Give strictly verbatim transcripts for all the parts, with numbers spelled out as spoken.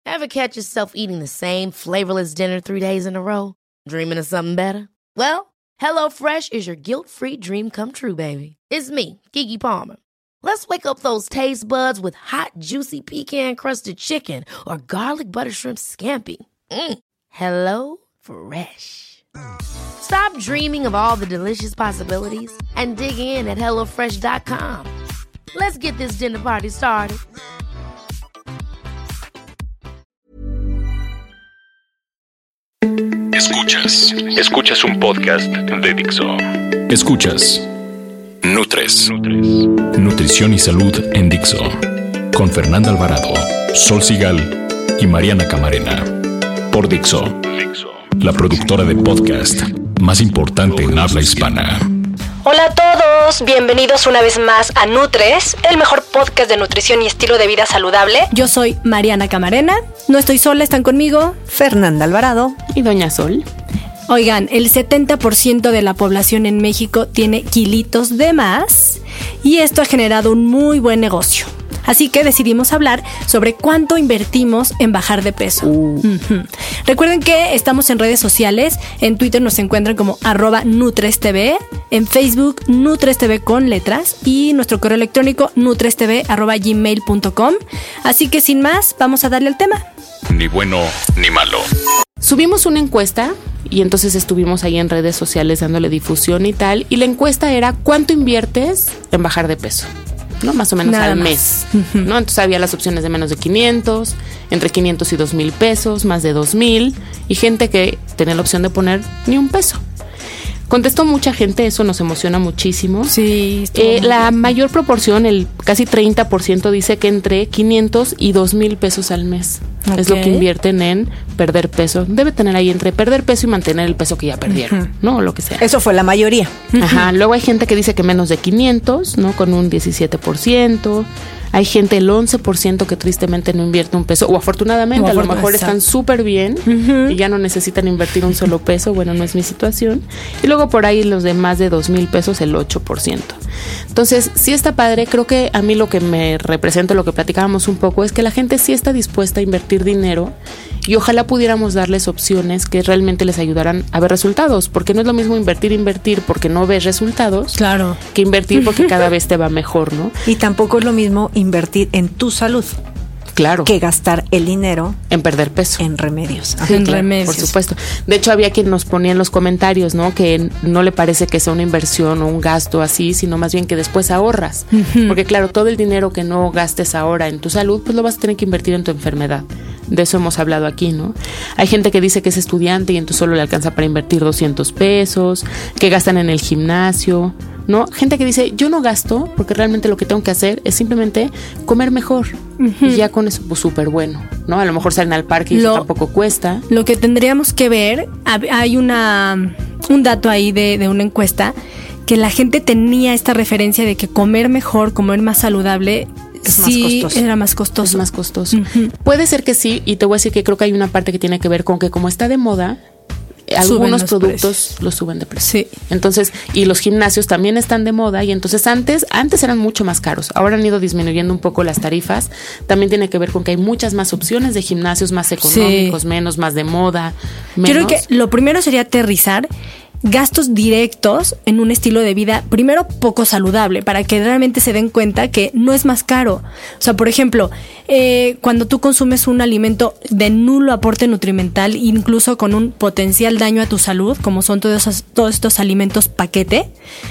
Ever catch yourself eating the same flavorless dinner three days in a row? Dreaming of something better? Well, HelloFresh is your guilt-free dream come true, baby. It's me, Keke Palmer. Let's wake up those taste buds with hot, juicy pecan-crusted chicken or garlic butter shrimp scampi. Mm. Hello Fresh. Stop dreaming of all the delicious possibilities and dig in at hello fresh dot com. Let's get this dinner party started. Escuchas, escuchas un podcast de Dixo. Escuchas Nutres, Nutrición y Salud en Dixo, con Fernanda Alvarado, Sol Sigal y Mariana Camarena. Por Dixo, la productora de podcast más importante en habla hispana. Hola a todos, bienvenidos una vez más a Nutres, el mejor podcast de nutrición y estilo de vida saludable. Yo soy Mariana Camarena, no estoy sola, están conmigo Fernanda Alvarado y Doña Sol. Oigan, el setenta por ciento de la población en México tiene kilitos de más y esto ha generado un muy buen negocio. Así que decidimos hablar sobre cuánto invertimos en bajar de peso. Uh. Uh-huh. Recuerden que estamos en redes sociales. En Twitter nos encuentran como arroba NutresTV, en Facebook NutresTV con letras y nuestro correo electrónico nutrestv arroba gmail punto com. Así que sin más, vamos a darle al tema. Ni bueno ni malo. Subimos una encuesta y entonces estuvimos ahí en redes sociales dándole difusión y tal. Y la encuesta era ¿cuánto inviertes en bajar de peso? ¿No? Más o menos Nada al más. mes, uh-huh. ¿no? Entonces había las opciones de menos de quinientos, entre quinientos y dos mil pesos, más de dos mil, y gente que tenía la opción de poner ni un peso. Contestó mucha gente, eso nos emociona muchísimo. Sí. Eh, la mayor proporción, el casi treinta por ciento, dice que entre quinientos y dos mil pesos al mes. Okay. Es lo que invierten en perder peso. Debe tener ahí entre perder peso y mantener el peso que ya perdieron, uh-huh. ¿no? O lo que sea. Eso fue la mayoría. Ajá. Luego hay gente que dice que menos de quinientos, ¿no? Con un diecisiete por ciento. Hay gente, el once por ciento, que tristemente no invierte un peso. O afortunadamente, o a lo mejor están súper bien uh-huh. y ya no necesitan invertir un solo peso. Bueno, no es mi situación. Y luego por ahí los de más de dos mil pesos, el ocho por ciento. Entonces, sí está padre. Creo que a mí lo que me representa, lo que platicábamos un poco, es que la gente sí está dispuesta a invertir dinero y ojalá pudiéramos darles opciones que realmente les ayudaran a ver resultados. Porque no es lo mismo invertir, invertir porque no ves resultados. Claro. Que invertir porque cada vez te va mejor, ¿no? Y tampoco es lo mismo invertir en tu salud. Claro. Que gastar el dinero en perder peso. En remedios. Sí, en claro, remedios. Por supuesto. De hecho, había quien nos ponía en los comentarios, ¿no? Que no le parece que sea una inversión o un gasto así, sino más bien que después ahorras. Uh-huh. Porque claro, todo el dinero que no gastes ahora en tu salud, pues lo vas a tener que invertir en tu enfermedad. De eso hemos hablado aquí, ¿no? Hay gente que dice que es estudiante y entonces solo le alcanza para invertir doscientos pesos, que gastan en el gimnasio, ¿no? Gente que dice, yo no gasto porque realmente lo que tengo que hacer es simplemente comer mejor. Uh-huh. Y ya con eso, pues súper bueno, ¿no? A lo mejor salen al parque y lo, eso tampoco cuesta. Lo que tendríamos que ver, hay una un dato ahí de, de una encuesta, que la gente tenía esta referencia de que comer mejor, comer más saludable, es sí, más costoso. Era más costoso. Es más costoso. Uh-huh. Puede ser que sí, y te voy a decir que creo que hay una parte que tiene que ver con que como está de moda, algunos productos precios. Los suben de precio. Sí. Entonces, y los gimnasios también están de moda y entonces antes, antes eran mucho más caros. Ahora han ido disminuyendo un poco las tarifas. También tiene que ver con que hay muchas más opciones de gimnasios más económicos, sí. menos, más de moda, menos. Yo creo que lo primero sería aterrizar gastos directos en un estilo de vida, primero poco saludable, para que realmente se den cuenta que no es más caro. O sea, por ejemplo, eh, cuando tú consumes un alimento de nulo aporte nutrimental, incluso con un potencial daño a tu salud, como son todos, esos, todos estos alimentos paquete,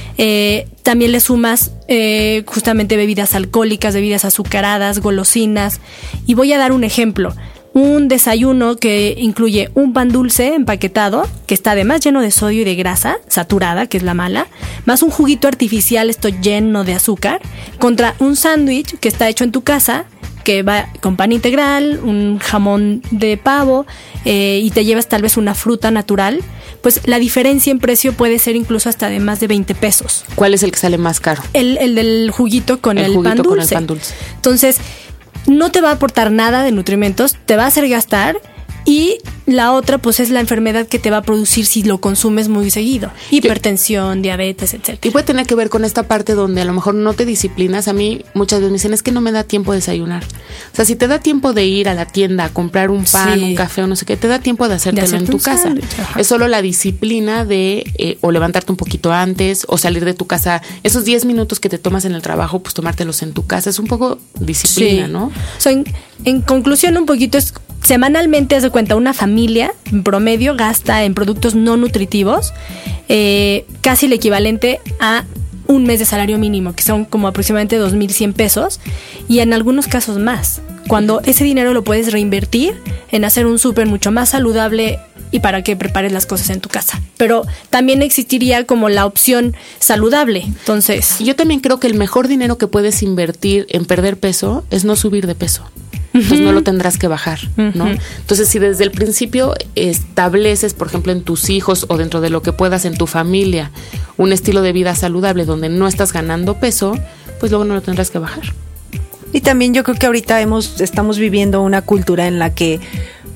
eh, también le sumas eh, justamente bebidas alcohólicas, bebidas azucaradas, golosinas. Y voy a dar un ejemplo. Un desayuno que incluye un pan dulce empaquetado, que está además lleno de sodio y de grasa saturada, que es la mala, más un juguito artificial, esto lleno de azúcar, contra un sándwich que está hecho en tu casa, que va con pan integral, un jamón de pavo, eh, y te llevas tal vez una fruta natural, pues la diferencia en precio puede ser incluso hasta de más de veinte pesos. ¿Cuál es el que sale más caro? El, el del juguito con el, el juguito pan dulce. Con el pan dulce. Entonces, no te va a aportar nada de nutrimentos, te va a hacer gastar Y la otra, pues, es la enfermedad que te va a producir si lo consumes muy seguido. Hipertensión, Yo, diabetes, etcétera. Y puede tener que ver con esta parte donde a lo mejor no te disciplinas. A mí muchas veces me dicen, es que no me da tiempo de desayunar. O sea, si te da tiempo de ir a la tienda a comprar un pan, sí. un café o no sé qué, te da tiempo de hacértelo de en tu casa. Sándwich, es solo la disciplina de eh, o levantarte un poquito antes o salir de tu casa. Esos diez minutos que te tomas en el trabajo, pues tomártelos en tu casa. Es un poco disciplina, sí. ¿no? O sea, en, en conclusión, un poquito es... Semanalmente, haz de cuenta, una familia en promedio gasta en productos no nutritivos eh, casi el equivalente a un mes de salario mínimo, que son como aproximadamente dos mil cien pesos, y en algunos casos más. Cuando ese dinero lo puedes reinvertir en hacer un súper mucho más saludable y para que prepares las cosas en tu casa. Pero también existiría como la opción saludable. Entonces, yo también creo que el mejor dinero que puedes invertir en perder peso es no subir de peso. Entonces uh-huh. no lo tendrás que bajar, ¿no? Uh-huh. Entonces, si desde el principio estableces, por ejemplo, en tus hijos o dentro de lo que puedas en tu familia, un estilo de vida saludable donde no estás ganando peso, pues luego no lo tendrás que bajar. Y también yo creo que ahorita hemos estamos viviendo una cultura en la que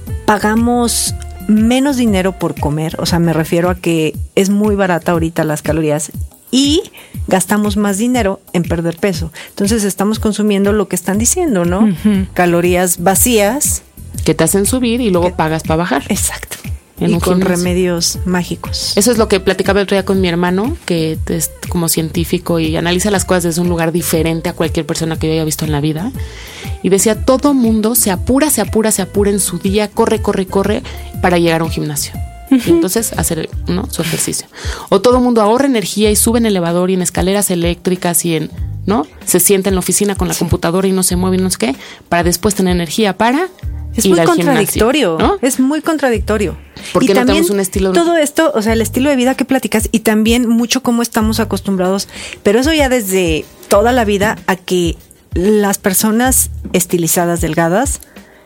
pagamos menos dinero por comer. O sea, me refiero a que es muy barata ahorita las calorías y gastamos más dinero en perder peso. Entonces estamos consumiendo lo que están diciendo, ¿no? Uh-huh. Calorías vacías. Que te hacen subir y luego que, pagas para bajar. Exacto. En y con gimnasio. Remedios mágicos. Eso es lo que platicaba el otro día con mi hermano, que es como científico y analiza las cosas desde un lugar diferente a cualquier persona que yo haya visto en la vida. Y decía, todo mundo se apura, se apura, se apura en su día, corre, corre, corre para llegar a un gimnasio. Uh-huh. Y entonces hacer, ¿no?, su ejercicio. O todo el mundo ahorra energía y sube en elevador y en escaleras eléctricas y en, ¿no? Se sienta en la oficina con la sí. computadora y no se mueve y no sé qué, para después tener energía para es ir muy al contradictorio, gimnasio, ¿no? Es muy contradictorio. Porque y no también tenemos un estilo. Todo esto, o sea, el estilo de vida que platicas y también mucho cómo estamos acostumbrados, pero eso ya desde toda la vida a que las personas estilizadas, delgadas,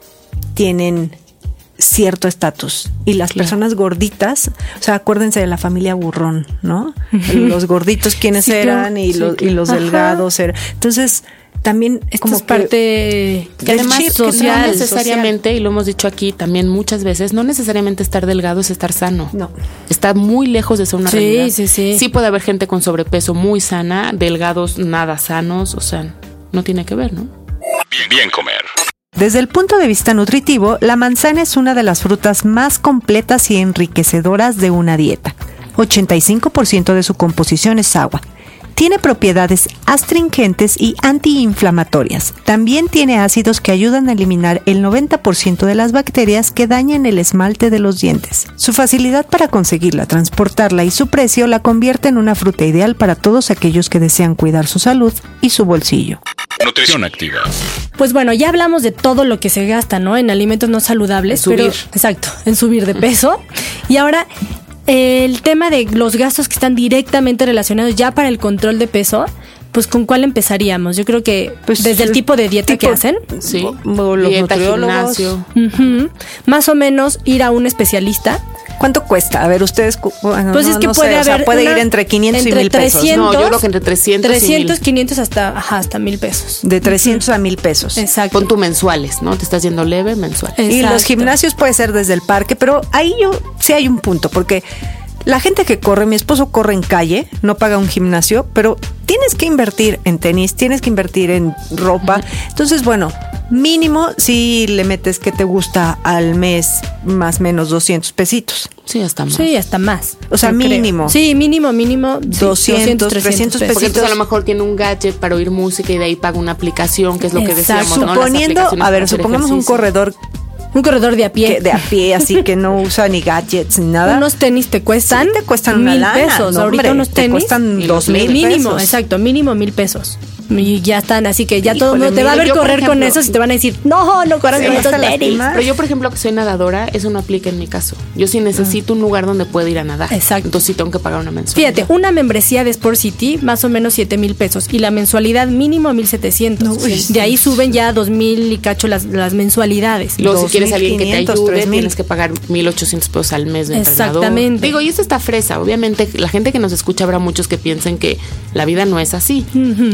tienen cierto estatus y las claro. personas gorditas, o sea, acuérdense de la familia Burrón, ¿no? Los gorditos quiénes sí, eran claro. y, sí, los, claro. y los delgados eran. Entonces, también es como es parte que, que además chip, social, no necesariamente, social. Y lo hemos dicho aquí también muchas veces, no necesariamente estar delgado es estar sano. No. Está muy lejos de ser una sí, realidad. Sí, sí, sí puede haber gente con sobrepeso muy sana, delgados nada sanos, o sea, no tiene que ver, ¿no? Bien, bien comer. Desde el punto de vista nutritivo, la manzana es una de las frutas más completas y enriquecedoras de una dieta. ochenta y cinco por ciento de su composición es agua. Tiene propiedades astringentes y antiinflamatorias. También tiene ácidos que ayudan a eliminar el noventa por ciento de las bacterias que dañan el esmalte de los dientes. Su facilidad para conseguirla, transportarla y su precio la convierte en una fruta ideal para todos aquellos que desean cuidar su salud y su bolsillo. Nutrición activa. Pues bueno, ya hablamos de todo lo que se gasta, ¿no? En alimentos no saludables. En subir. Pero, exacto, en subir de peso. Y ahora, el tema de los gastos que están directamente relacionados ya para el control de peso, pues ¿con cuál empezaríamos? Yo creo que pues desde el tipo de dieta tipo, que hacen. Sí. O los dieta, nutriólogos. Gimnasio. Uh-huh. Más o menos ir a un especialista. ¿Cuánto cuesta? A ver, ustedes... Bueno, pues no, es que no puede sé, haber... O sea, puede ir entre quinientos entre y mil pesos. No, yo creo que entre trescientos, trescientos, y mil. quinientos hasta, ajá, hasta mil pesos. De trescientos uh-huh. a mil pesos. Exacto. Pon tu mensuales, ¿no? Te estás yendo leve, mensual. Exacto. Y los gimnasios puede ser desde el parque, pero ahí yo sí hay un punto, porque... La gente que corre, mi esposo corre en calle, no paga un gimnasio, pero tienes que invertir en tenis, tienes que invertir en ropa. Entonces, bueno, mínimo si le metes que te gusta al mes más o menos doscientos pesitos. Sí, hasta más. Sí, hasta más. O sea, mínimo. Creo. Sí, mínimo, mínimo. doscientos, trescientos pesitos. Porque entonces a lo mejor tiene un gadget para oír música y de ahí paga una aplicación, que es lo que Exacto. decíamos, ¿no? Suponiendo, a ver, supongamos un corredor. Un corredor de a pie. Que de a pie, así que no usa ni gadgets ni nada. Unos tenis te cuestan. Sí, te cuestan mil una lana, pesos. No, Ahorita hombre, unos tenis. Te cuestan dos mil pesos. Mínimo, exacto, mínimo mil pesos. Y ya están, así que ya Híjole, todo el mundo te va a ver yo, correr ejemplo, con esos y te van a decir, no, no corran con esos tenis. Pero yo, por ejemplo, que soy nadadora, eso no aplica en mi caso. Yo sí necesito ah. un lugar donde pueda ir a nadar. Exacto. Entonces sí tengo que pagar una mensualidad. Fíjate, una membresía de Sport City, más o menos siete mil pesos. Y la mensualidad mínimo mil setecientos. No, uy, de ahí suben ya dos mil y cacho las, las mensualidades. Luego, si quieres alguien que te ayude, tienes que pagar mil ochocientos pesos al mes de entrenador. Exactamente. Digo, y esto está fresa. Obviamente, la gente que nos escucha habrá muchos que piensen que la vida no es así. Uh-huh. Claro. ¿no?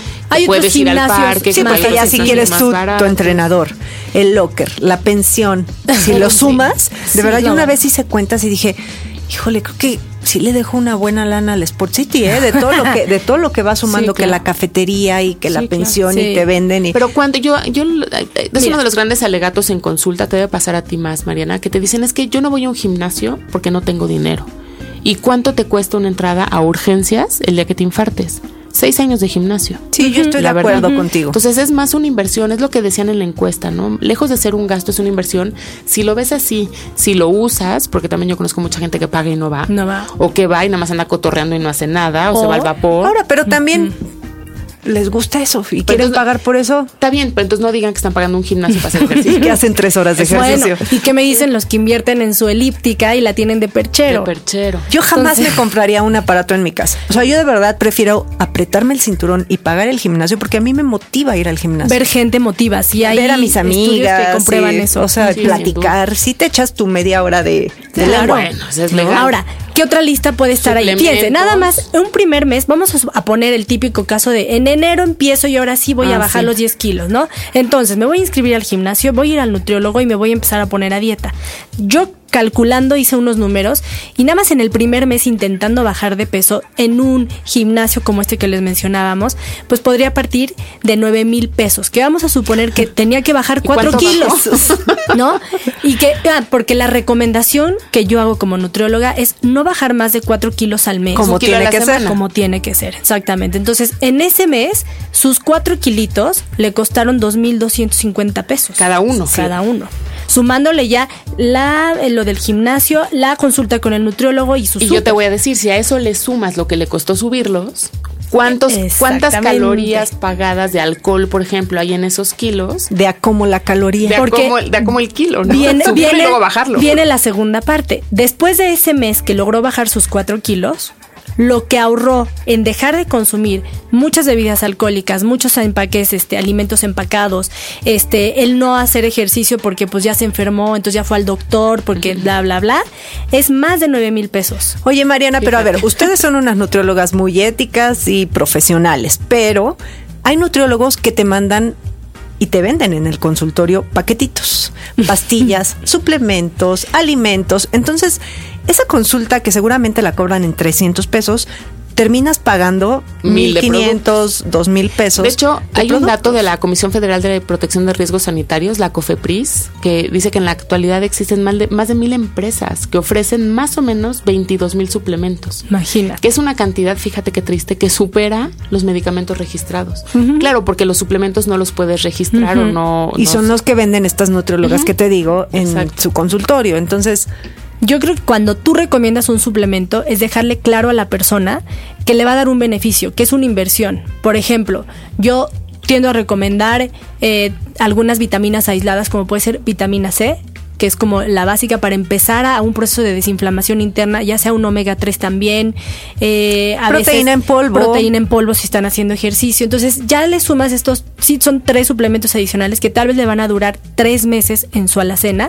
Hay puedes ir al parque. Sí, porque ya si quieres tú, tu entrenador, el locker, la pensión, si lo sumas, sí, de verdad sí, yo una vez hice cuentas y dije, híjole, creo que sí le dejo una buena lana al Sport City, ¿eh? De todo lo que, de todo lo que va sumando, sí, claro, que la cafetería y que sí, la pensión, claro, sí, y te venden. Y... Pero cuando yo, yo, es Mira. uno de los grandes alegatos en consulta, te debe pasar a ti más, Mariana, que te dicen es que yo no voy a un gimnasio porque no tengo dinero. ¿Y cuánto te cuesta una entrada a urgencias el día que te infartes? Seis años de gimnasio. Sí, yo estoy de acuerdo uh-huh. contigo. Entonces es más una inversión, es lo que decían en la encuesta, ¿no? Lejos de ser un gasto, es una inversión. Si lo ves así, si lo usas, porque también yo conozco mucha gente que paga y no va. No va. O que va y nada más anda cotorreando y no hace nada, o, o se va al vapor. Ahora, pero también... Uh-huh. les gusta eso y pero quieren entonces, pagar por eso. Está bien, pero entonces no digan que están pagando un gimnasio para hacer ejercicio. Y que hacen tres horas de ejercicio. Bueno, ¿y qué me dicen los que invierten en su elíptica y la tienen de perchero? De perchero. Yo jamás entonces, me compraría un aparato en mi casa. O sea, yo de verdad prefiero apretarme el cinturón y pagar el gimnasio porque a mí me motiva ir al gimnasio. Ver gente motiva, sí, hay ver a mis amigas que comprueban sí, eso. O sea, sí, platicar, sí te echas tu media hora de, de claro. Bueno, eso es legal. Ahora, ¿qué otra lista puede estar ahí? Fíjense, nada más, un primer mes, vamos a poner el típico caso de en enero empiezo y ahora sí voy ah, a bajar sí. los diez kilos, ¿no? Entonces, me voy a inscribir al gimnasio, voy a ir al nutriólogo y me voy a empezar a poner a dieta. Yo calculando hice unos números y nada más en el primer mes intentando bajar de peso en un gimnasio como este que les mencionábamos, pues podría partir de nueve mil pesos, que vamos a suponer que tenía que bajar cuatro kilos, ¿no? Y que, ah, porque la recomendación que yo hago como nutrióloga es no bajar más de cuatro kilos al mes. Como tiene que ser. Como tiene que ser, exactamente. Entonces, en ese mes, sus cuatro kilitos le costaron dos mil doscientos cincuenta pesos. Cada uno. Cada sí. uno. Sumándole ya la, lo del gimnasio, la consulta con el nutriólogo y su Y super. Yo te voy a decir, si a eso le sumas lo que le costó subirlos, ¿cuántos, ¿cuántas calorías pagadas de alcohol, por ejemplo, hay en esos kilos? De a como la caloría. De a como, de a como el kilo, ¿no? Viene, viene, y luego bajarlo. Viene la segunda parte. Después de ese mes que logró bajar sus cuatro kilos, lo que ahorró en dejar de consumir muchas bebidas alcohólicas, muchos empaques, este, alimentos empacados, este, el no hacer ejercicio porque pues ya se enfermó, entonces ya fue al doctor, porque bla, bla, bla, es más de nueve mil pesos. Oye, Mariana, pero a ver, ustedes son unas nutriólogas muy éticas y profesionales, pero hay nutriólogos que te mandan y te venden en el consultorio paquetitos, pastillas, suplementos, alimentos. Entonces, esa consulta que seguramente la cobran en trescientos pesos, terminas pagando mil quinientos, dos mil pesos. De hecho, de hay productos. un dato de la Comisión Federal de Protección de Riesgos Sanitarios, la COFEPRIS, que dice que en la actualidad existen más de, más de mil empresas que ofrecen más o menos veintidós mil suplementos. Imagina. Que es una cantidad, fíjate qué triste, que supera los medicamentos registrados. Uh-huh. Claro, porque los suplementos no los puedes registrar uh-huh. o no. Y no son los que venden estas nutriólogas uh-huh. que te digo en Exacto. su consultorio. Entonces, yo creo que cuando tú recomiendas un suplemento es dejarle claro a la persona que le va a dar un beneficio, que es una inversión. Por ejemplo, yo tiendo a recomendar eh, algunas vitaminas aisladas, como puede ser vitamina C, que es como la básica para empezar a un proceso de desinflamación interna, ya sea un omega tres también. Eh, a proteína veces, en polvo. Proteína en polvo si están haciendo ejercicio. Entonces ya le sumas estos, sí son tres suplementos adicionales que tal vez le van a durar tres meses en su alacena.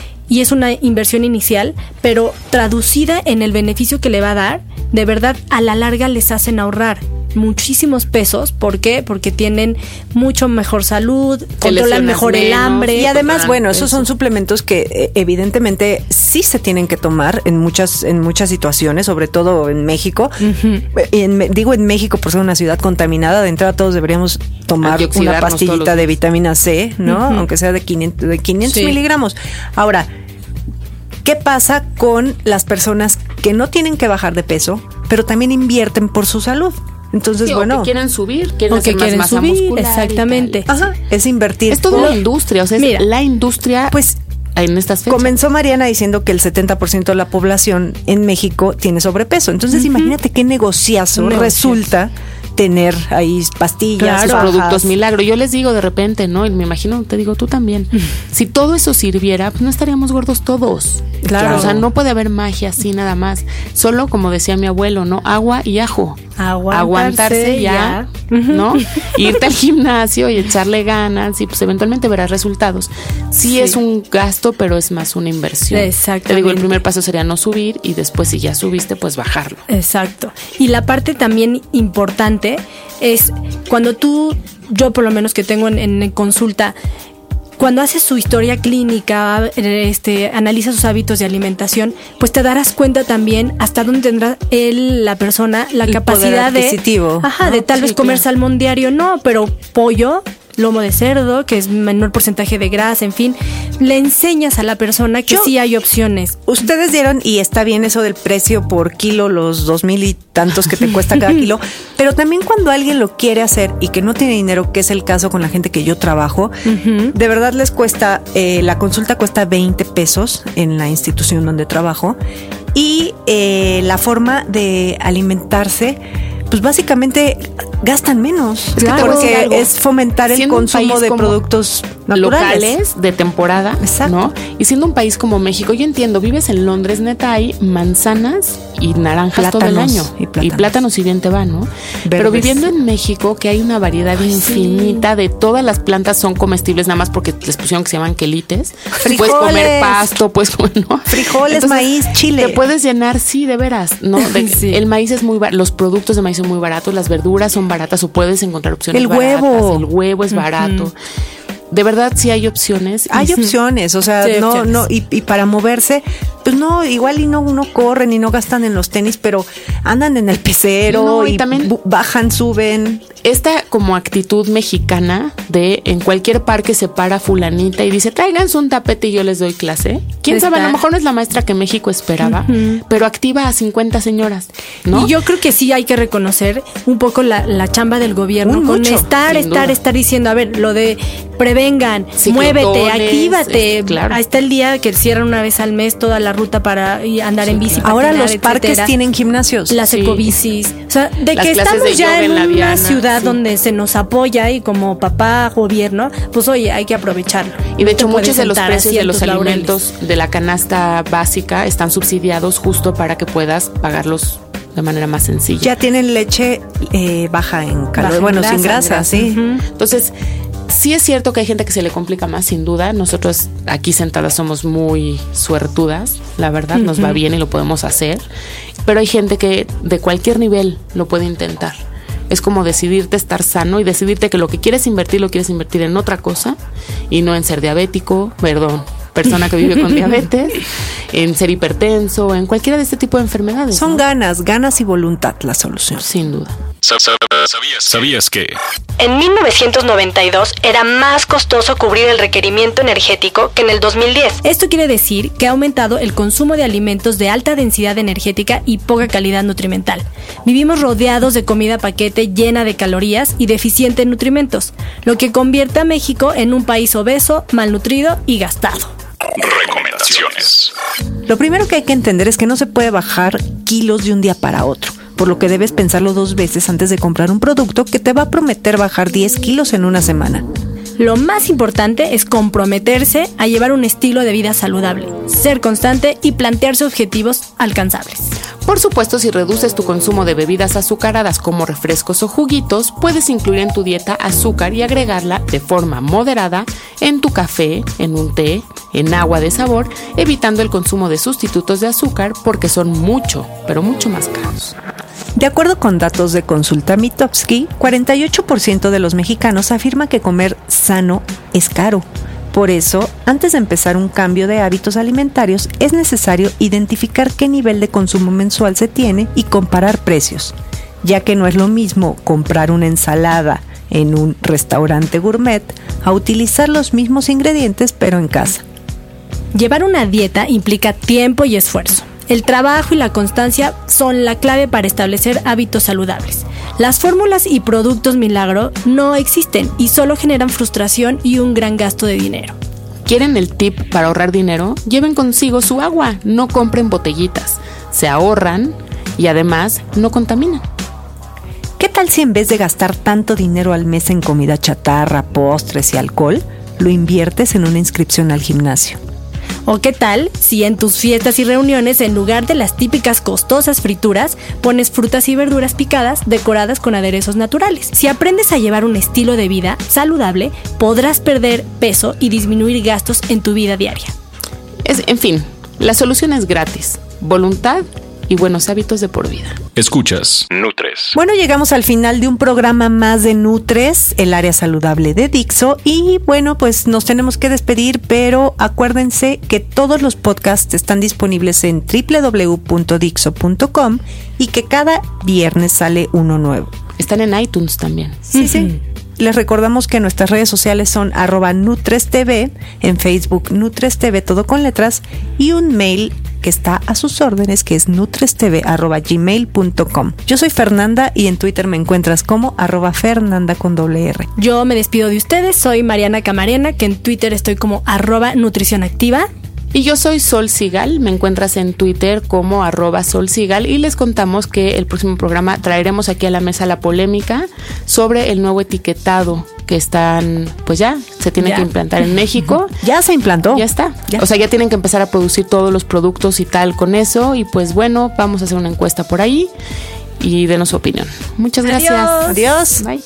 Y es una inversión inicial, pero traducida en el beneficio que le va a dar, de verdad a la larga les hacen ahorrar muchísimos pesos. ¿Por qué? Porque tienen mucho mejor salud, controlan mejor menos, el hambre. Y además, bueno, esos son suplementos que eh, evidentemente sí se tienen que tomar en muchas en muchas situaciones, sobre todo en México. Uh-huh. En, digo en México por ser una ciudad contaminada, de entrada todos deberíamos tomar una pastillita de vitamina C, ¿no? Uh-huh. Aunque sea de quinientos, de quinientos sí. miligramos. Ahora, ¿qué pasa con las personas que no tienen que bajar de peso, pero también invierten por su salud? Entonces, sí, bueno. O que quieren subir, quieren o que hacer quieren más masa subir, muscular. Exactamente. Ajá, es invertir. Es toda una industria, o sea, es Mira, la industria. Pues en estas fechas. Comenzó Mariana diciendo que el setenta por ciento de la población en México tiene sobrepeso. Entonces, uh-huh. imagínate qué negociazo no, resulta tener ahí pastillas, claro, productos milagro. Yo les digo de repente, ¿no? Y me imagino, te digo tú también. Si todo eso sirviera, pues no estaríamos gordos todos. Claro. O sea, no puede haber magia así nada más. Solo, como decía mi abuelo, ¿no? Agua y ajo. Aguantarse, Aguantarse ya, ya. ¿no? Irte al gimnasio y echarle ganas y pues eventualmente verás resultados. Sí, sí es un gasto, pero es más una inversión. Exactamente. Te digo, el primer paso sería no subir y después si ya subiste, pues bajarlo. Exacto. Y la parte también importante es cuando tú, yo por lo menos que tengo en, en consulta, cuando haces su historia clínica, este, analiza sus hábitos de alimentación, pues te darás cuenta también hasta dónde tendrá él, la persona, la el capacidad poder adquisitivo, de, ajá, ¿no? de tal Sí, vez comer claro. salmón diario, no, pero pollo, lomo de cerdo, que es menor porcentaje de grasa, en fin, le enseñas a la persona que Yo- sí hay opciones. Ustedes dieron, y está bien eso del precio por kilo, los dos mil y tantos que te cuesta cada kilo, pero también cuando alguien lo quiere hacer y que no tiene dinero, que es el caso con la gente que yo trabajo, Ujú. de verdad les cuesta, eh, la consulta cuesta veinte pesos en la institución donde trabajo, y eh, la forma de alimentarse, pues básicamente gastan menos, Claro. porque Algo. es fomentar el Siendo un consumo país de como productos naturales. locales de temporada, Exacto. ¿no? Y siendo un país como México, yo entiendo, vives en Londres, neta, hay manzanas y naranjas todo el Plátanos año. y plátanos. Y plátanos si bien te va, ¿no? Pero viviendo en México, que hay una variedad infinita de todas las plantas son comestibles, nada más porque les pusieron que se llaman quelites. Puedes comer Frijoles. pasto, puedes comer, ¿no? Frijoles, maíz, chile. Te puedes llenar, sí, de veras, ¿no? De- Sí. El maíz es muy barato, los productos de maíz son muy baratos, las verduras son baratas o puedes encontrar opciones El baratas. huevo. El huevo es barato. De verdad sí hay opciones. Hay opciones, o sea, Sí, hay no, opciones. no, y, y para moverse, pues no, igual y no, no corren y no gastan en los tenis, pero andan en el pecero No, y y, también- bu- bajan, suben. Esta como actitud mexicana de en cualquier parque se para fulanita y dice, tráiganse un tapete y yo les doy clase. ¿Quién Está. sabe? A lo mejor no es la maestra que México esperaba, pero activa a cincuenta señoras, ¿no? Y yo creo que sí hay que reconocer un poco la, la chamba del gobierno Un con mucho, estar, sin estar, duda. estar diciendo, a ver, lo de prevengan, Ciclotones, muévete, actívate. es- claro. Ahí está el día que cierran una vez al mes toda la ruta para ir a andar en bici. Ahora patinar, los parques etcétera. tienen gimnasios. Las Sí. ecobicis. O sea, de Las que clases estamos de ya yoga en en la una Diana, ciudad sí. donde se nos apoya y como papá, gobierno, pues oye, hay que aprovecharlo. Y de No hecho te puedes muchos de los sentar precios así de en los tus laureles. alimentos de la canasta básica están subsidiados justo para que puedas pagarlos de manera más sencilla. Ya tienen leche eh, baja en Baja calor, en bueno, sin grasa, grasa, sí. Ujú. Entonces, sí es cierto que hay gente que se le complica más, sin duda. Nosotros aquí sentadas somos muy suertudas, la verdad, nos va bien y lo podemos hacer. Pero hay gente que de cualquier nivel lo puede intentar. Es como decidirte estar sano y decidirte que lo que quieres invertir lo quieres invertir en otra cosa y no en ser diabético, perdón, persona que vive con diabetes, en ser hipertenso, en cualquiera de este tipo de enfermedades. Son ¿no? ganas, ganas y voluntad la solución. Sin duda. ¿Sabías, ¿Sabías que? En mil novecientos noventa y dos era más costoso cubrir el requerimiento energético que en el dos mil diez. Esto quiere decir que ha aumentado el consumo de alimentos de alta densidad energética y poca calidad nutrimental. Vivimos rodeados de comida paquete llena de calorías y deficiente en nutrimentos, lo que convierte a México en un país obeso, malnutrido y gastado. Recomendaciones. Lo primero que hay que entender es que no se puede bajar kilos de un día para otro, por lo que debes pensarlo dos veces antes de comprar un producto que te va a prometer bajar diez kilos en una semana. Lo más importante es comprometerse a llevar un estilo de vida saludable, ser constante y plantearse objetivos alcanzables. Por supuesto, si reduces tu consumo de bebidas azucaradas como refrescos o juguitos, puedes incluir en tu dieta azúcar y agregarla de forma moderada en tu café, en un té, en agua de sabor, evitando el consumo de sustitutos de azúcar porque son mucho, pero mucho más caros. De acuerdo con datos de Consulta Mitofsky, cuarenta y ocho por ciento de los mexicanos afirman que comer sano es caro. Por eso, antes de empezar un cambio de hábitos alimentarios, es necesario identificar qué nivel de consumo mensual se tiene y comparar precios, ya que no es lo mismo comprar una ensalada en un restaurante gourmet a utilizar los mismos ingredientes pero en casa. Llevar una dieta implica tiempo y esfuerzo. El trabajo y la constancia son la clave para establecer hábitos saludables. Las fórmulas y productos milagro no existen y solo generan frustración y un gran gasto de dinero. ¿Quieren el tip para ahorrar dinero? Lleven consigo su agua, no compren botellitas. Se ahorran y además no contaminan. ¿Qué tal si en vez de gastar tanto dinero al mes en comida chatarra, postres y alcohol, lo inviertes en una inscripción al gimnasio? ¿O qué tal si en tus fiestas y reuniones, en lugar de las típicas costosas frituras, pones frutas y verduras picadas decoradas con aderezos naturales? Si aprendes a llevar un estilo de vida saludable, podrás perder peso y disminuir gastos en tu vida diaria. Es, en fin, la solución es gratis, voluntad y buenos hábitos de por vida. Escuchas Nutres. Bueno, llegamos al final de un programa más de Nutres, el área saludable de Dixo. Y bueno, pues nos tenemos que despedir, pero acuérdense que todos los podcasts están disponibles en doble u doble u doble u punto dixo punto com y que cada viernes sale uno nuevo. Están en iTunes también. Sí, uh-huh. sí. Les recordamos que nuestras redes sociales son arroba NutresTV, en Facebook NutresTV, todo con letras, y un mail que está a sus órdenes, que es nutrestv arroba gmail punto com. Yo soy Fernanda y en Twitter me encuentras como arroba Fernanda con doble R. Yo me despido de ustedes, soy Mariana Camarena, que en Twitter estoy como arroba Nutrición Activa. Y yo soy Sol Sigal, me encuentras en Twitter como arroba Sol Sigal y les contamos que el próximo programa traeremos aquí a la mesa la polémica sobre el nuevo etiquetado que están, pues ya, se tiene ya. que implantar en México. Ya se implantó. Ya está. Ya. O sea, ya tienen que empezar a producir todos los productos y tal con eso y pues bueno, vamos a hacer una encuesta por ahí y denos su opinión. Muchas gracias. Adiós. Bye.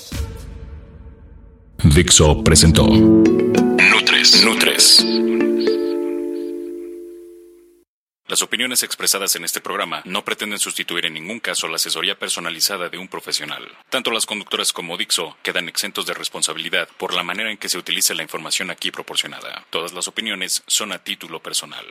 Dixo presentó Nutres. Nutres. Las opiniones expresadas en este programa no pretenden sustituir en ningún caso la asesoría personalizada de un profesional. Tanto las conductoras como Dixo quedan exentos de responsabilidad por la manera en que se utilice la información aquí proporcionada. Todas las opiniones son a título personal.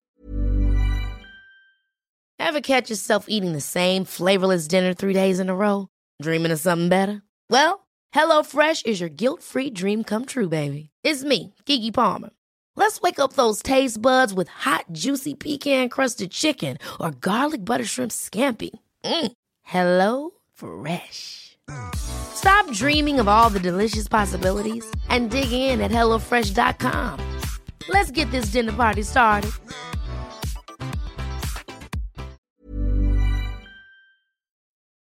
Ever catch yourself eating the same flavorless dinner three days in a row? Dreaming of something better? Well, HelloFresh is your guilt-free dream come true, baby. It's me, Keke Palmer. Let's wake up those taste buds with hot, juicy pecan-crusted chicken or garlic butter shrimp scampi. Mm. Hello Fresh. Stop dreaming of all the delicious possibilities and dig in at hello fresh dot com. Let's get this dinner party started.